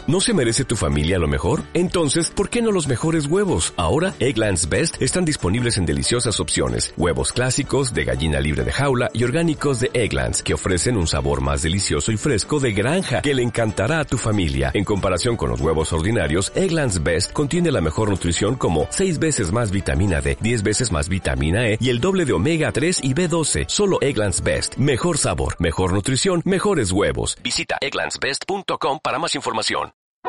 ¿No se merece tu familia lo mejor? Entonces, ¿por qué no los mejores huevos? Ahora, Eggland's Best están disponibles en deliciosas opciones. Huevos clásicos, de gallina libre de jaula y orgánicos de Eggland's, que ofrecen un sabor más delicioso y fresco de granja que le encantará a tu familia. En comparación con los huevos ordinarios, Eggland's Best contiene la mejor nutrición como 6 veces más vitamina D, 10 veces más vitamina E y el doble de omega 3 y B12. Solo Eggland's Best. Mejor sabor, mejor nutrición, mejores huevos. Visita egglandsbest.com para más información.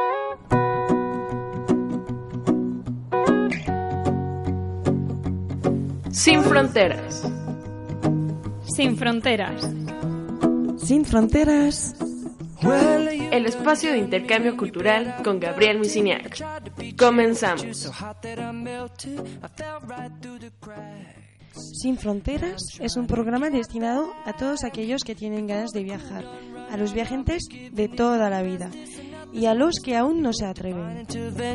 Sin fronteras. Sin fronteras. Sin fronteras. El espacio de intercambio cultural con Gabriel Misiniak. Comenzamos. Sin fronteras es un programa destinado a todos aquellos que tienen ganas de viajar, a los viajantes de toda la vida y a los que aún no se atreven.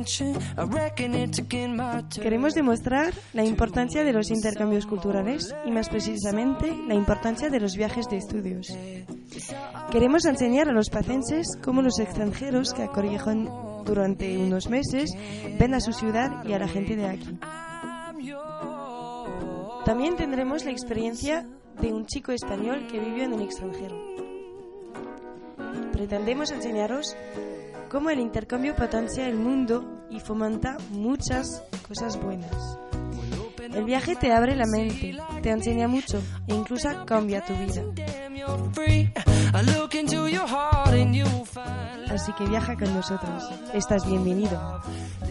Queremos demostrar la importancia de los intercambios culturales y más precisamente la importancia de los viajes de estudios. Queremos enseñar a los pacenses cómo los extranjeros que acogieron durante unos meses ven a su ciudad y a la gente de aquí. También tendremos la experiencia de un chico español que vivió en el extranjero. Pretendemos enseñaros cómo el intercambio potencia el mundo y fomenta muchas cosas buenas. El viaje te abre la mente, te enseña mucho e incluso cambia tu vida. Así que viaja con nosotros. Estás bienvenido.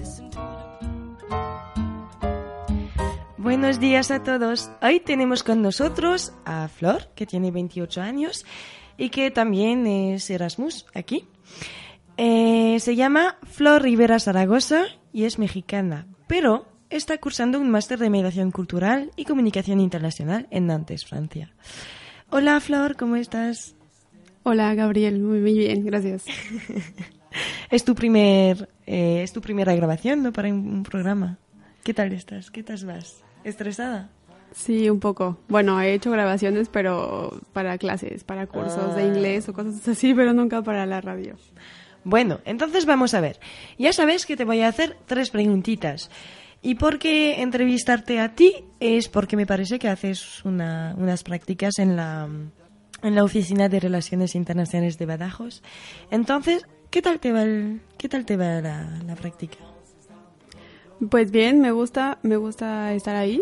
Buenos días a todos. Hoy tenemos con nosotros a Flor, que tiene 28 años y que también es Erasmus aquí. Se llama Flor Rivera Zaragoza y es mexicana, pero está cursando un máster de mediación cultural y comunicación internacional en Nantes, Francia. Hola Flor, ¿cómo estás? Hola Gabriel, muy bien, gracias. Es tu primera grabación, ¿no? Para un programa. ¿Qué tal estás? ¿Qué tal vas? ¿Estresada? Sí, un poco. Bueno, he hecho grabaciones, pero para clases, para cursos de inglés o cosas así, pero nunca para la radio. Bueno, entonces vamos a ver. Ya sabes que te voy a hacer 3 preguntitas. ¿Y por qué entrevistarte a ti? Es porque me parece que haces unas prácticas en la Oficina de Relaciones Internacionales de Badajoz. Entonces, ¿qué tal te va la práctica? Pues bien, me gusta estar ahí.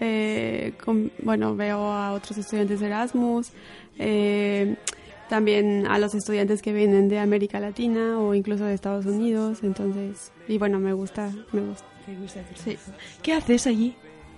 Veo a otros estudiantes de Erasmus, también a los estudiantes que vienen de América Latina o incluso de Estados Unidos, entonces, y bueno, me gusta. ¿Te gusta? Sí. ¿Qué haces allí?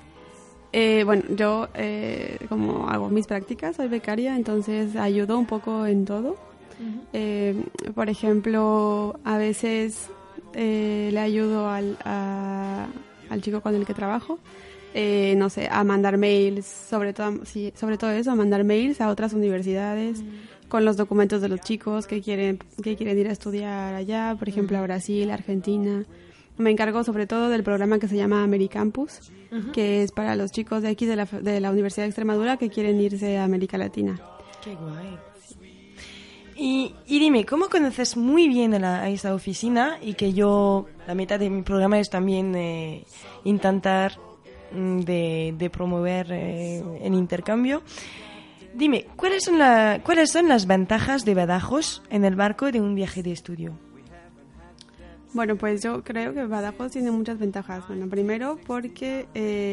Yo como hago mis prácticas, soy becaria, entonces ayudo un poco en todo. Uh-huh. Por ejemplo, a veces le ayudo al chico con el que trabajo, a mandar mails, sobre todo eso, a mandar mails a otras universidades con los documentos de los chicos que quieren ir a estudiar allá, por ejemplo, a Brasil, Argentina. Me encargo sobre todo del programa que se llama Americampus, que es para los chicos de aquí de la Universidad de Extremadura que quieren irse a América Latina. ¡Qué guay! Y dime, ¿cómo conoces muy bien a esa oficina? Y que la meta de mi programa es también intentar de promover el intercambio. Dime, ¿cuáles son las ventajas de Badajoz en el marco de un viaje de estudio? Bueno, pues yo creo que Badajoz tiene muchas ventajas. Bueno, primero porque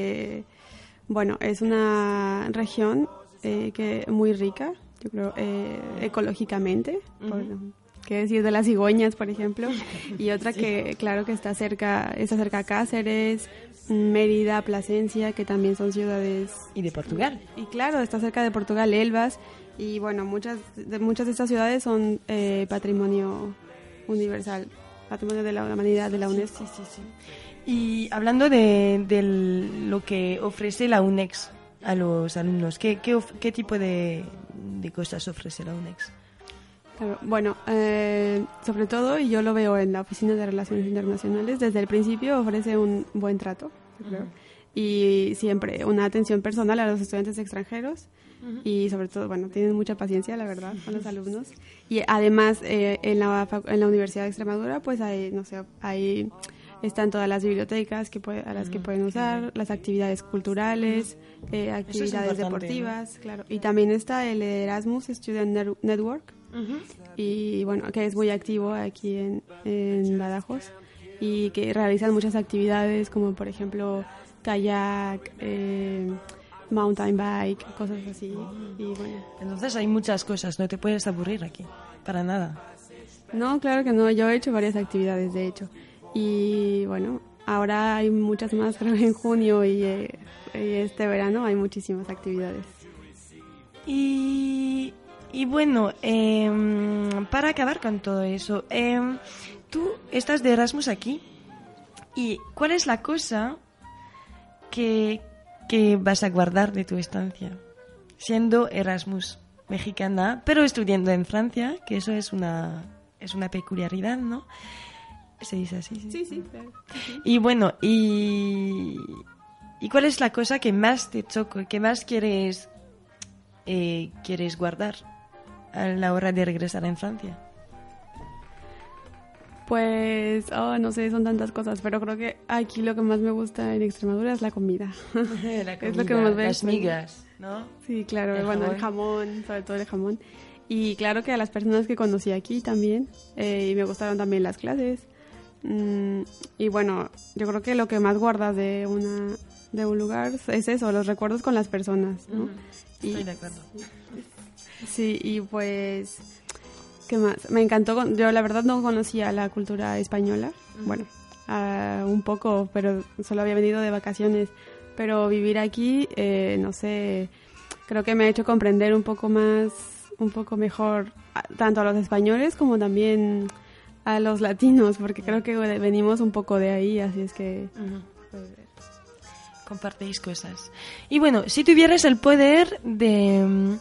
es una región que muy rica, yo creo, ecológicamente, que decir de las cigüeñas, por ejemplo, y otra que claro que está cerca a Cáceres, Mérida, Plasencia, que también son ciudades. Y de Portugal. Y claro, está cerca de Portugal, Elvas, y bueno, muchas de estas ciudades son patrimonio universal, patrimonio de la humanidad de la UNESCO. Sí. Y hablando de lo que ofrece la UNEX a los alumnos, ¿qué tipo de cosas ofrece la UNEX? Claro, bueno, sobre todo, y yo lo veo en la Oficina de Relaciones Internacionales, desde el principio ofrece un buen trato, yo creo. y siempre una atención personal a los estudiantes extranjeros. Y sobre todo, bueno, tienen mucha paciencia, la verdad, con los alumnos. Y además, en la Universidad de Extremadura, pues hay, no sé, ahí están todas las bibliotecas a las que pueden usar, las actividades culturales, actividades deportivas, ¿no? Claro. Y también está el Erasmus Student Network, y bueno, que es muy activo aquí en Badajoz, y que realizan muchas actividades, como por ejemplo, kayak, mountain bike, cosas así. Y bueno. Entonces hay muchas cosas, no te puedes aburrir aquí, para nada. No, claro que no, yo he hecho varias actividades, de hecho. Y bueno, ahora hay muchas más, creo, en junio y este verano hay muchísimas actividades. Y bueno, para acabar con todo eso, tú estás de Erasmus aquí, ¿y cuál es la cosa que vas a guardar de tu estancia? Siendo Erasmus mexicana, pero estudiando en Francia, que eso es una peculiaridad, ¿no? ¿Se dice así? Sí, claro. Y bueno, ¿y cuál es la cosa que más te choca, que más quieres guardar a la hora de regresar en Francia? Pues, no sé, son tantas cosas, pero creo que aquí lo que más me gusta en Extremadura es la comida. Es lo que más me las migas, ¿no? Sí, claro, el jamón, sobre todo el jamón. Y claro que a las personas que conocí aquí también, y me gustaron también las clases. Y bueno, yo creo que lo que más guardas de un lugar es eso, los recuerdos con las personas, ¿no? Estoy de acuerdo. Sí, y pues, ¿qué más? Me encantó, yo la verdad no conocía la cultura española, bueno, un poco, pero solo había venido de vacaciones, pero vivir aquí, no sé, creo que me ha hecho comprender un poco mejor, tanto a los españoles como también a los latinos, porque creo que venimos un poco de ahí, así es que... Compartéis cosas. Y bueno, si tuvieras el poder de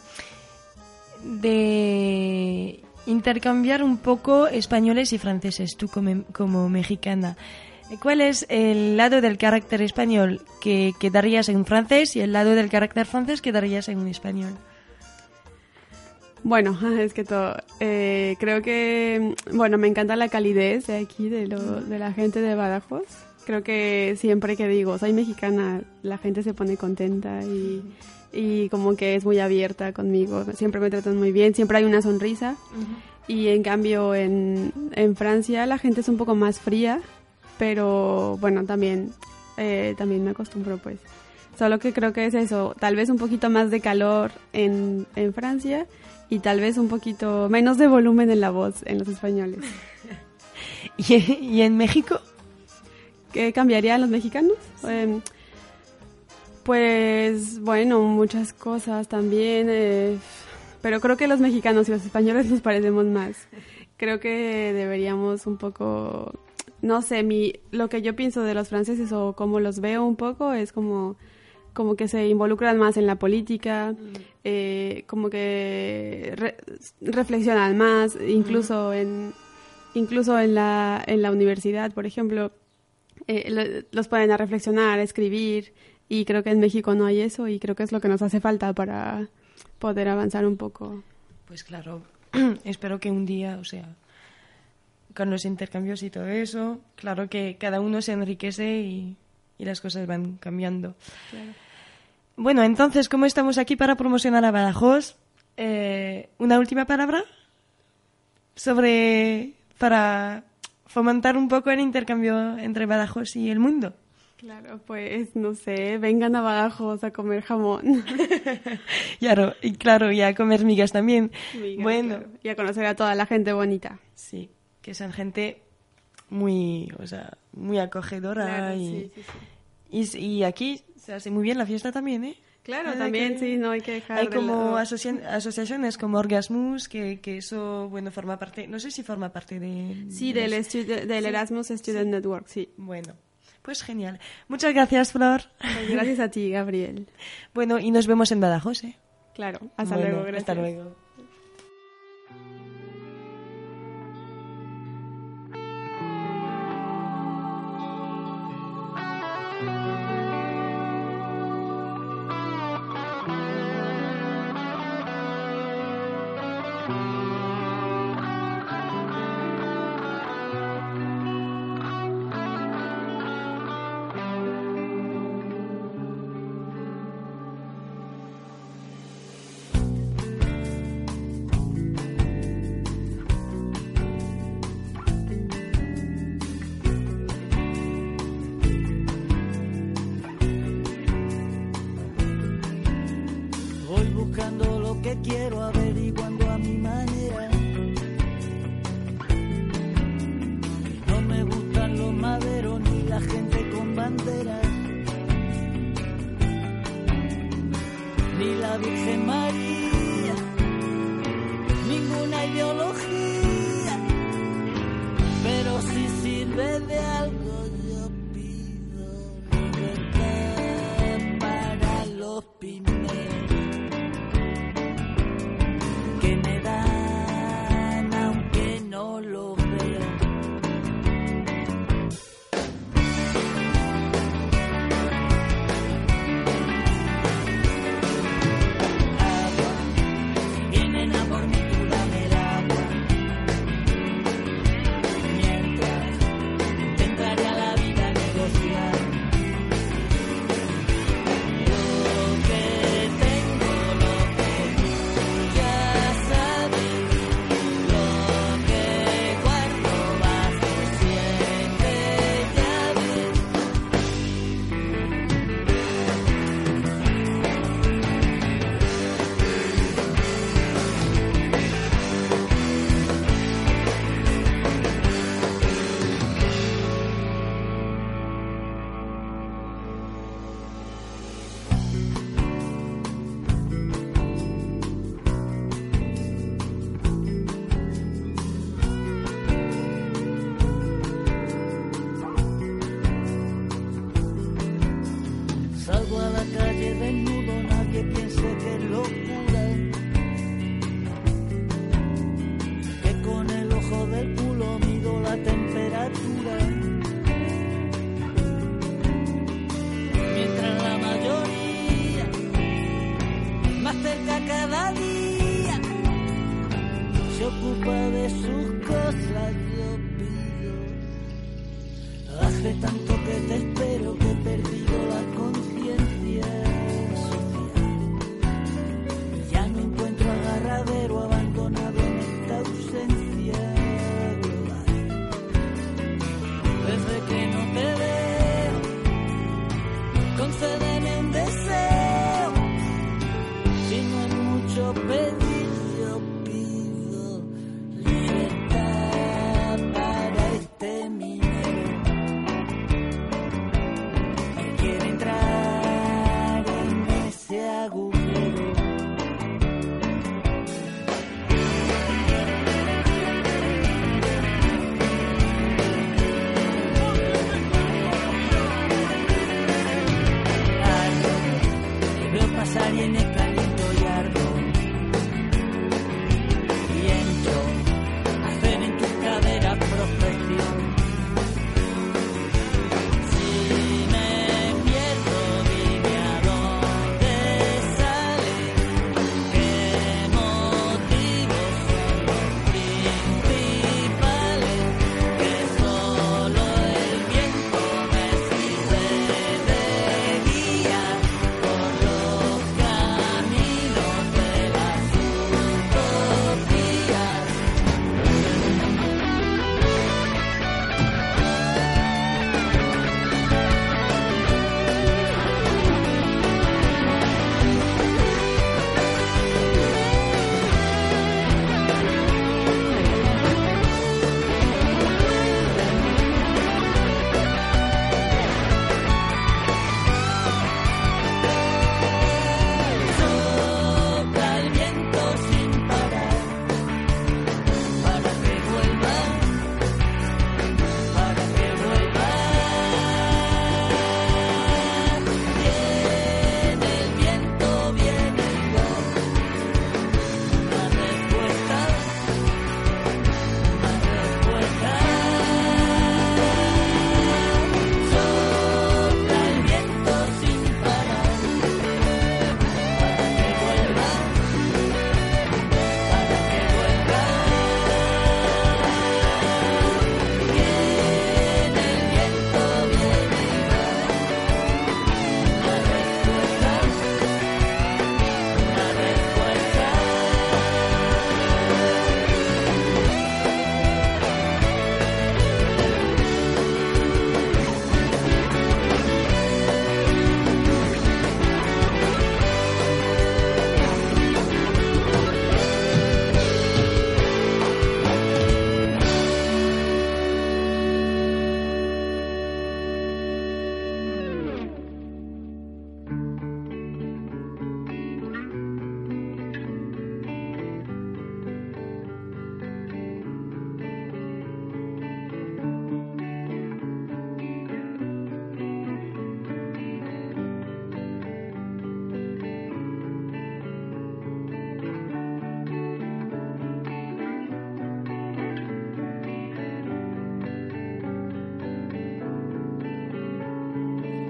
intercambiar un poco españoles y franceses, tú como mexicana, ¿cuál es el lado del carácter español que darías en francés y el lado del carácter francés que darías en un español? Bueno, es que todo. Creo que, bueno, me encanta la calidez de aquí, de la gente de Badajoz. Creo que siempre que digo soy mexicana, la gente se pone contenta y como que es muy abierta conmigo. Siempre me tratan muy bien, siempre hay una sonrisa. Y en cambio en Francia la gente es un poco más fría, pero bueno, también me acostumbro, pues. Solo que creo que es eso, tal vez un poquito más de calor en Francia y tal vez un poquito menos de volumen en la voz en los españoles. ¿Y en México? ¿Qué cambiarían los mexicanos? Pues bueno, muchas cosas también, pero creo que los mexicanos y los españoles nos parecemos más. Creo que deberíamos un poco, no sé, lo que yo pienso de los franceses o como los veo un poco es como que se involucran más en la política, como que reflexionan más, incluso en la universidad, por ejemplo, los ponen a reflexionar, a escribir, y creo que en México no hay eso, y creo que es lo que nos hace falta para poder avanzar un poco. Pues claro, espero que un día, o sea, con los intercambios y todo eso, claro que cada uno se enriquece y las cosas van cambiando. Claro. Bueno, entonces, ¿cómo estamos aquí para promocionar a Badajoz? ¿Una última palabra? Para fomentar un poco el intercambio entre Badajoz y el mundo. Claro, pues, no sé, vengan a Badajoz a comer jamón. Claro, y a comer migas también. Migas, bueno. Claro. Y a conocer a toda la gente bonita. Sí, que son gente muy acogedora. Claro, y, sí. Y aquí se hace muy bien la fiesta también, ¿eh? Claro, también, sí, no hay que dejar... Hay como asociaciones como Orgasmus, que eso, bueno, forma parte... No sé si forma parte de... Sí, del Erasmus Student Network, sí. Bueno, pues genial. Muchas gracias, Flor. Pues gracias a ti, Gabriel. Bueno, y nos vemos en Badajoz, ¿eh? Claro, hasta luego, gracias. Hasta luego. agujero, ni la gente con banderas, ni la Virgen María, ninguna ideología, pero si sirve de algo yo pido libertad para los primeros que me dan aunque no lo veo. Salgo a la calle desnudo, nadie piense que es locura, que con el ojo del culo mido la temperatura, mientras la mayoría, más cerca cada día, se ocupa de sus cosas. Yo pido, hace tanto que te espero que he perdido la conciencia social. Ya no encuentro agarradero, abandonado en esta ausencia global. Desde que no te veo, concédeme un deseo. Si no es mucho pedir, yo pido libertad para este minero que quiere entrar en ese agujero. Ardo, te veo pasar y en el caliento y ardo. Y entro, hacer en tus caderas profesión. Si me pierdo, dime a dónde sale, qué motivos son los principales, que solo el viento me sirve de guía por los caminos de las utopías. Sopla el viento sin parar, para que vuelva, para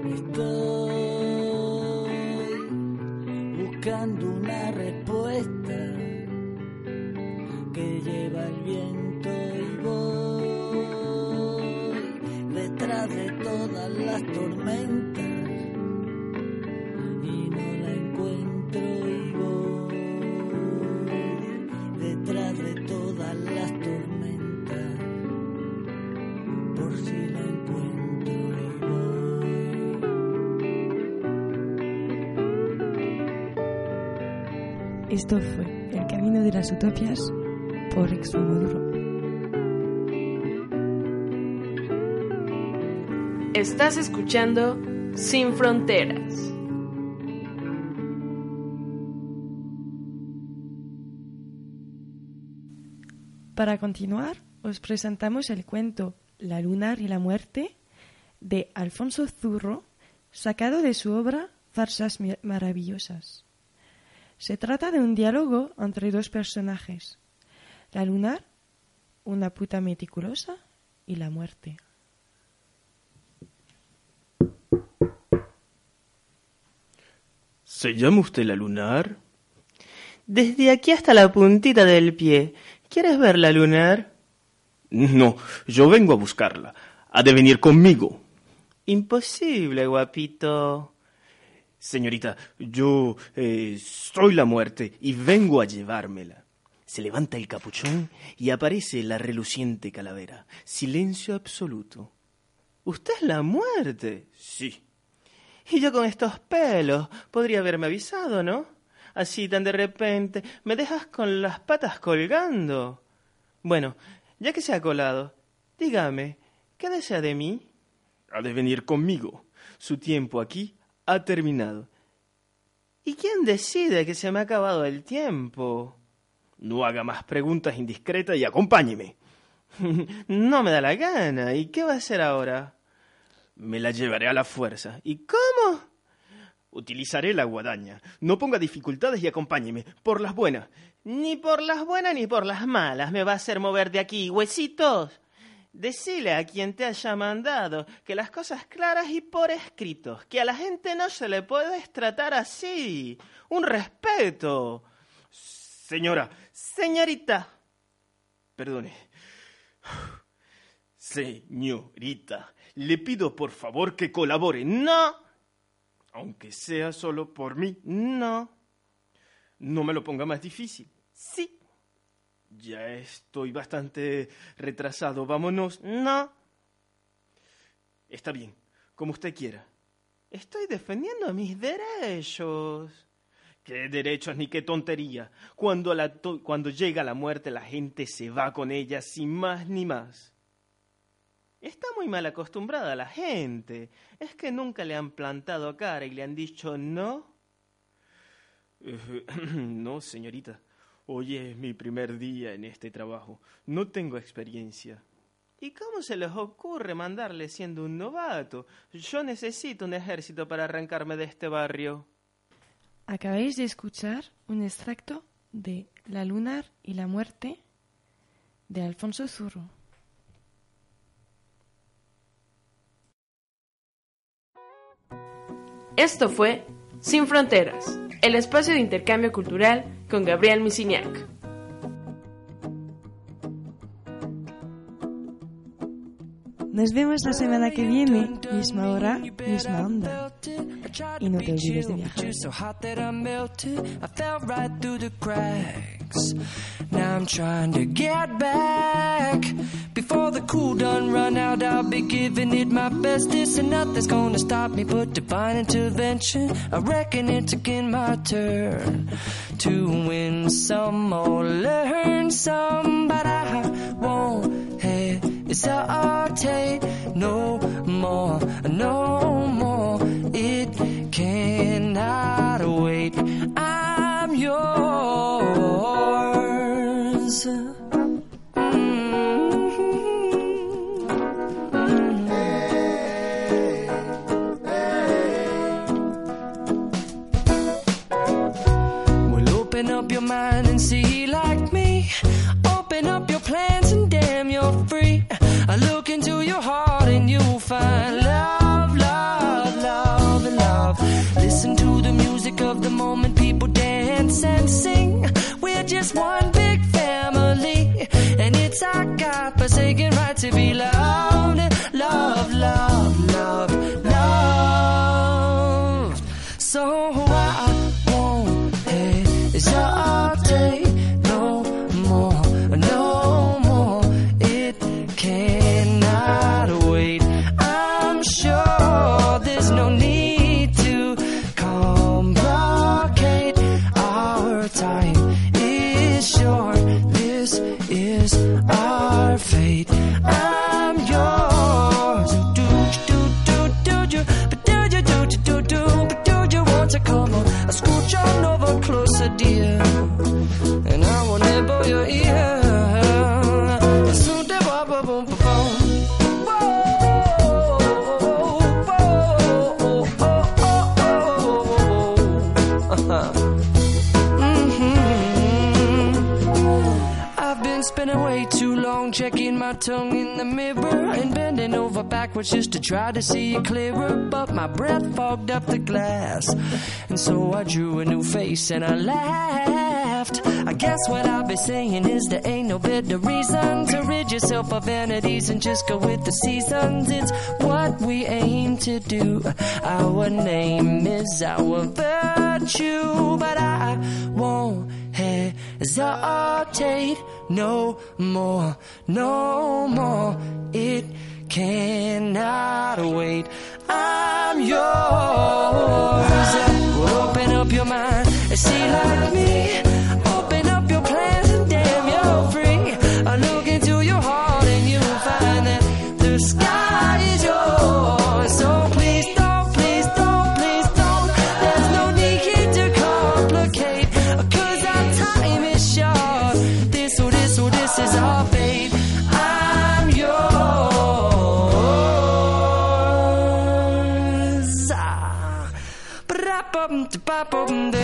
Estoy buscando una respuesta que lleva el viento y voy detrás de todas las tormentas y no la encuentro y voy detrás de todas las tormentas por si la encuentro y voy. Esto fue El Camino de las Utopias por Extremoduro. Estás escuchando Sin Fronteras. Para continuar, os presentamos el cuento La Lunar y la Muerte de Alfonso Zurro, sacado de su obra Farsas Maravillosas. Se trata de un diálogo entre dos personajes, la Lunar, una puta meticulosa, y la Muerte. ¿Se llama usted la Lunar? Desde aquí hasta la puntita del pie. ¿Quieres ver la Lunar? No, yo vengo a buscarla. Ha de venir conmigo. Imposible, guapito. Señorita, yo soy la Muerte y vengo a llevármela. Se levanta el capuchón y aparece la reluciente calavera. Silencio absoluto. ¿Usted es la Muerte? Sí. Y yo con estos pelos podría haberme avisado, ¿no? Así tan de repente me dejas con las patas colgando. Bueno, ya que se ha colado, dígame, ¿qué desea de mí? Ha de venir conmigo. Su tiempo aquí ha terminado. ¿Y quién decide que se me ha acabado el tiempo? No haga más preguntas indiscretas y acompáñeme. No me da la gana. ¿Y qué va a hacer ahora? Me la llevaré a la fuerza. ¿Y cómo? Utilizaré la guadaña. No ponga dificultades y acompáñeme. Por las buenas. Ni por las buenas ni por las malas me va a hacer mover de aquí, huesitos. Decile a quien te haya mandado que las cosas claras y por escrito, que a la gente no se le puede tratar así. Un respeto. Señora, señorita. Perdone. Señorita, le pido por favor que colabore. No. Aunque sea solo por mí. No. No me lo ponga más difícil. Sí. Ya estoy bastante retrasado. Vámonos. No. Está bien, como usted quiera. Estoy defendiendo mis derechos. ¿Qué derechos ni qué tontería? Cuando llega la muerte, la gente se va con ella sin más ni más. Está muy mal acostumbrada la gente. ¿Es que nunca le han plantado cara y le han dicho no? No, señorita. Hoy es mi primer día en este trabajo. No tengo experiencia. ¿Y cómo se les ocurre mandarle siendo un novato? Yo necesito un ejército para arrancarme de este barrio. Acabáis de escuchar un extracto de La Lunar y la Muerte de Alfonso Zurro. Esto fue Sin Fronteras, el espacio de intercambio cultural con Gabriel Misiniak. Nos vemos la semana que viene, misma hora, misma onda. Y no te olvides de viajar. Now I'm trying to get back. Before the cool done run out, I'll be giving it my bestest, and nothing's gonna stop me but divine intervention. I reckon it's again my turn to win some or learn some, but I won't hesitate no more, no more. It cannot wait. I'm yours. Well, open up your mind and see like me. Open up your plans and damn, you're free. I look into your heart and you'll find love, love, love. of the moment, people dance and sing. We're just one big family, and it's our God-forsaken right to be loved. Love, love, love, love. So I won't hesitate no more, no more. It cannot wait. I'm sure there's no need to complicate. Our time is short. This is our fate. I'm yours. Do you? But do you want to come on? Scooch on over closer, dear, and I will nibble your ear. Spending way too long checking my tongue in the mirror and bending over backwards just to try to see it clearer, but my breath fogged up the glass, and so I drew a new face and I laughed. I guess what I'll be saying is there ain't no better reason to rid yourself of vanities and just go with the seasons. It's what we aim to do. Our name is our virtue, but I won't hesitate no more, no more. It cannot wait. I'm yours. Open up your mind and see like me. Open up your plans and damn, you're free. I look into your heart and you'll find that the sky is yours. So please don't, please don't, please don't. There's no need here to complicate, 'cause our time is short. This is our fate. I'm yours.